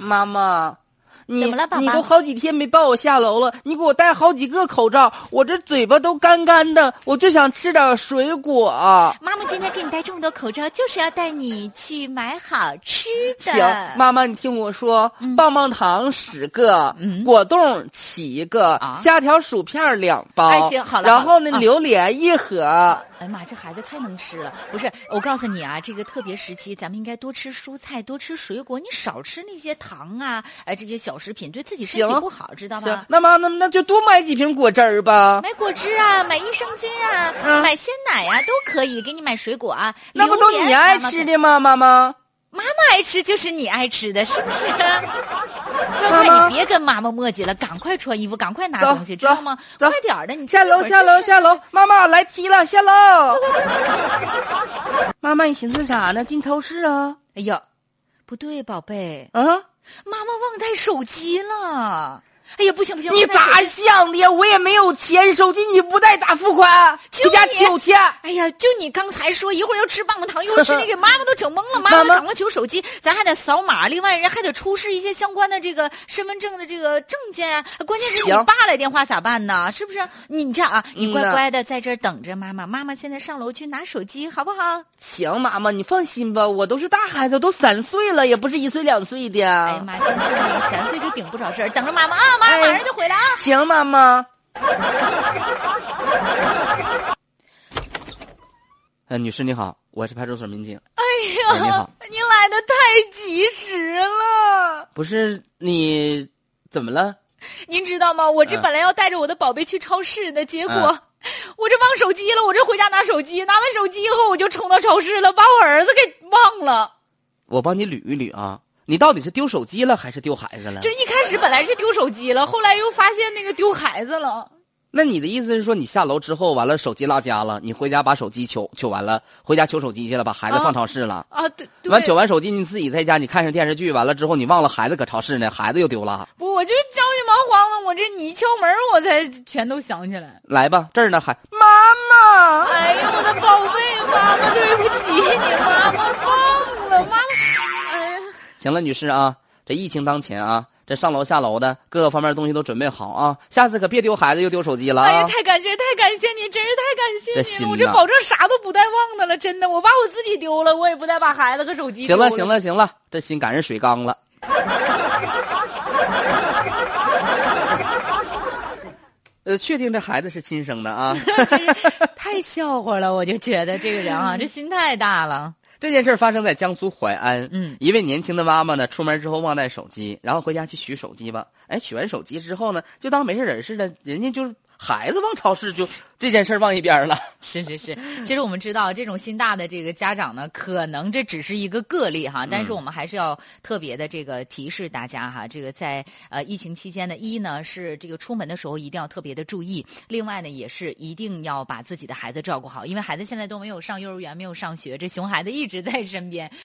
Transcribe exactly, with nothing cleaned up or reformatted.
妈妈。你怎么了，宝宝？ 你都好几天没抱我下楼了，你给我戴好几个口罩，我这嘴巴都干干的，我就想吃点水果。 妈妈今天给你戴这么多口罩，就是要带你去买好吃的。 行，妈妈你听我说，嗯、棒棒糖十个，嗯、果冻七个，啊、虾条薯片两包。 哎，行，好了。 然后呢， 啊、 榴莲一盒。 哎呀妈，这孩子太能吃了！不是，我告诉你啊，这个特别时期，咱们应该多吃蔬菜，多吃水果，你少吃那些糖啊，哎，这些小食品对自己身体不好，知道吗？ 那妈，那那就多买几瓶果汁儿吧。 买果汁啊，买益生菌啊，嗯、买鲜奶啊，都可以。给你买水果啊， 那不都你爱吃的吗？妈妈， 妈妈爱吃就是你爱吃的，是不是？乖乖，你别跟妈妈磨叽了，赶快穿衣服，赶快拿东西，知道吗？快点的，你下楼，下楼，下楼！妈妈来提了，下楼。妈妈，你寻思啥呢？进超市啊？ 哎呀，不对，宝贝， 啊， 妈妈忘带手机了。哎呀，不行不行！ 你咋想的呀？我也没有钱，手机你不带咋付款？回家求钱！ 哎呀，就你刚才说一会儿要吃棒棒糖，一会儿吃那个，妈妈都整懵了。妈妈赶快求手机，咱还得扫码，另外人还得出示一些相关的这个身份证的这个证件啊。关键是你爸来电话咋办呢？是不是？你这样啊，你乖乖的在这儿等着妈妈，妈妈现在上楼去拿手机，好不好？ 行，妈妈你放心吧，我都是大孩子，都三岁了，也不是一岁两岁的。 哎呀妈，真是三岁就顶不少事儿，等着妈妈啊，妈妈马上就回来啊。 行，妈妈。呃，女士你好，我是派出所民警。 哎呀， 你好， 您来的太及时了。 不是你怎么了？ 您知道吗？我这本来要带着我的宝贝去超市的，结果、嗯、我这忘手机了。我这回家拿手机，拿完手机以后我就冲到超市了，把我儿子给忘了。 我帮你捋一捋啊。你到底是丢手机了还是丢孩子了？ 这一开始本来是丢手机了，后来又发现那个丢孩子了。 那你的意思是说，你下楼之后完了，手机落家了，你回家把手机求求完了，回家求手机去了，把孩子放超市了啊？啊对对。 完求完手机，你自己在家你看上电视剧，完了之后你忘了孩子搁超市呢，孩子又丢了。 不，我就着急忙慌的，我这你一敲门，我才全都想起来。 来吧，这儿呢还妈妈。 哎呦，我的宝贝妈妈，对不起你，妈妈忘了，妈妈。哎呀。 行了，女士啊，这疫情当前啊，这上楼下楼的各个方面的东西都准备好啊，下次可别丢孩子又丢手机了啊！ 哎呀，太感谢太感谢你，真是太感谢你了，我这保证啥都不带忘的了，真的，我把我自己丢了，我也不带把孩子和手机丢了。 行了行了行了，这心赶上水缸了。呃，确定这孩子是亲生的啊？ 真是太笑话了，我就觉得这个人啊，这心太大了。 这件事发生在江苏淮安， 嗯， 一位年轻的妈妈呢，出门之后忘带手机，然后回家去取手机吧。哎，取完手机之后呢，就当没事人似的，人家就是孩子忘超市，就这件事忘一边了。 是是是，其实我们知道这种心大的这个家长呢，可能这只是一个个例哈，但是我们还是要特别的这个提示大家哈，这个在呃疫情期间呢，一呢是这个出门的时候一定要特别的注意，另外呢也是一定要把自己的孩子照顾好，因为孩子现在都没有上幼儿园，没有上学，这熊孩子一直在身边。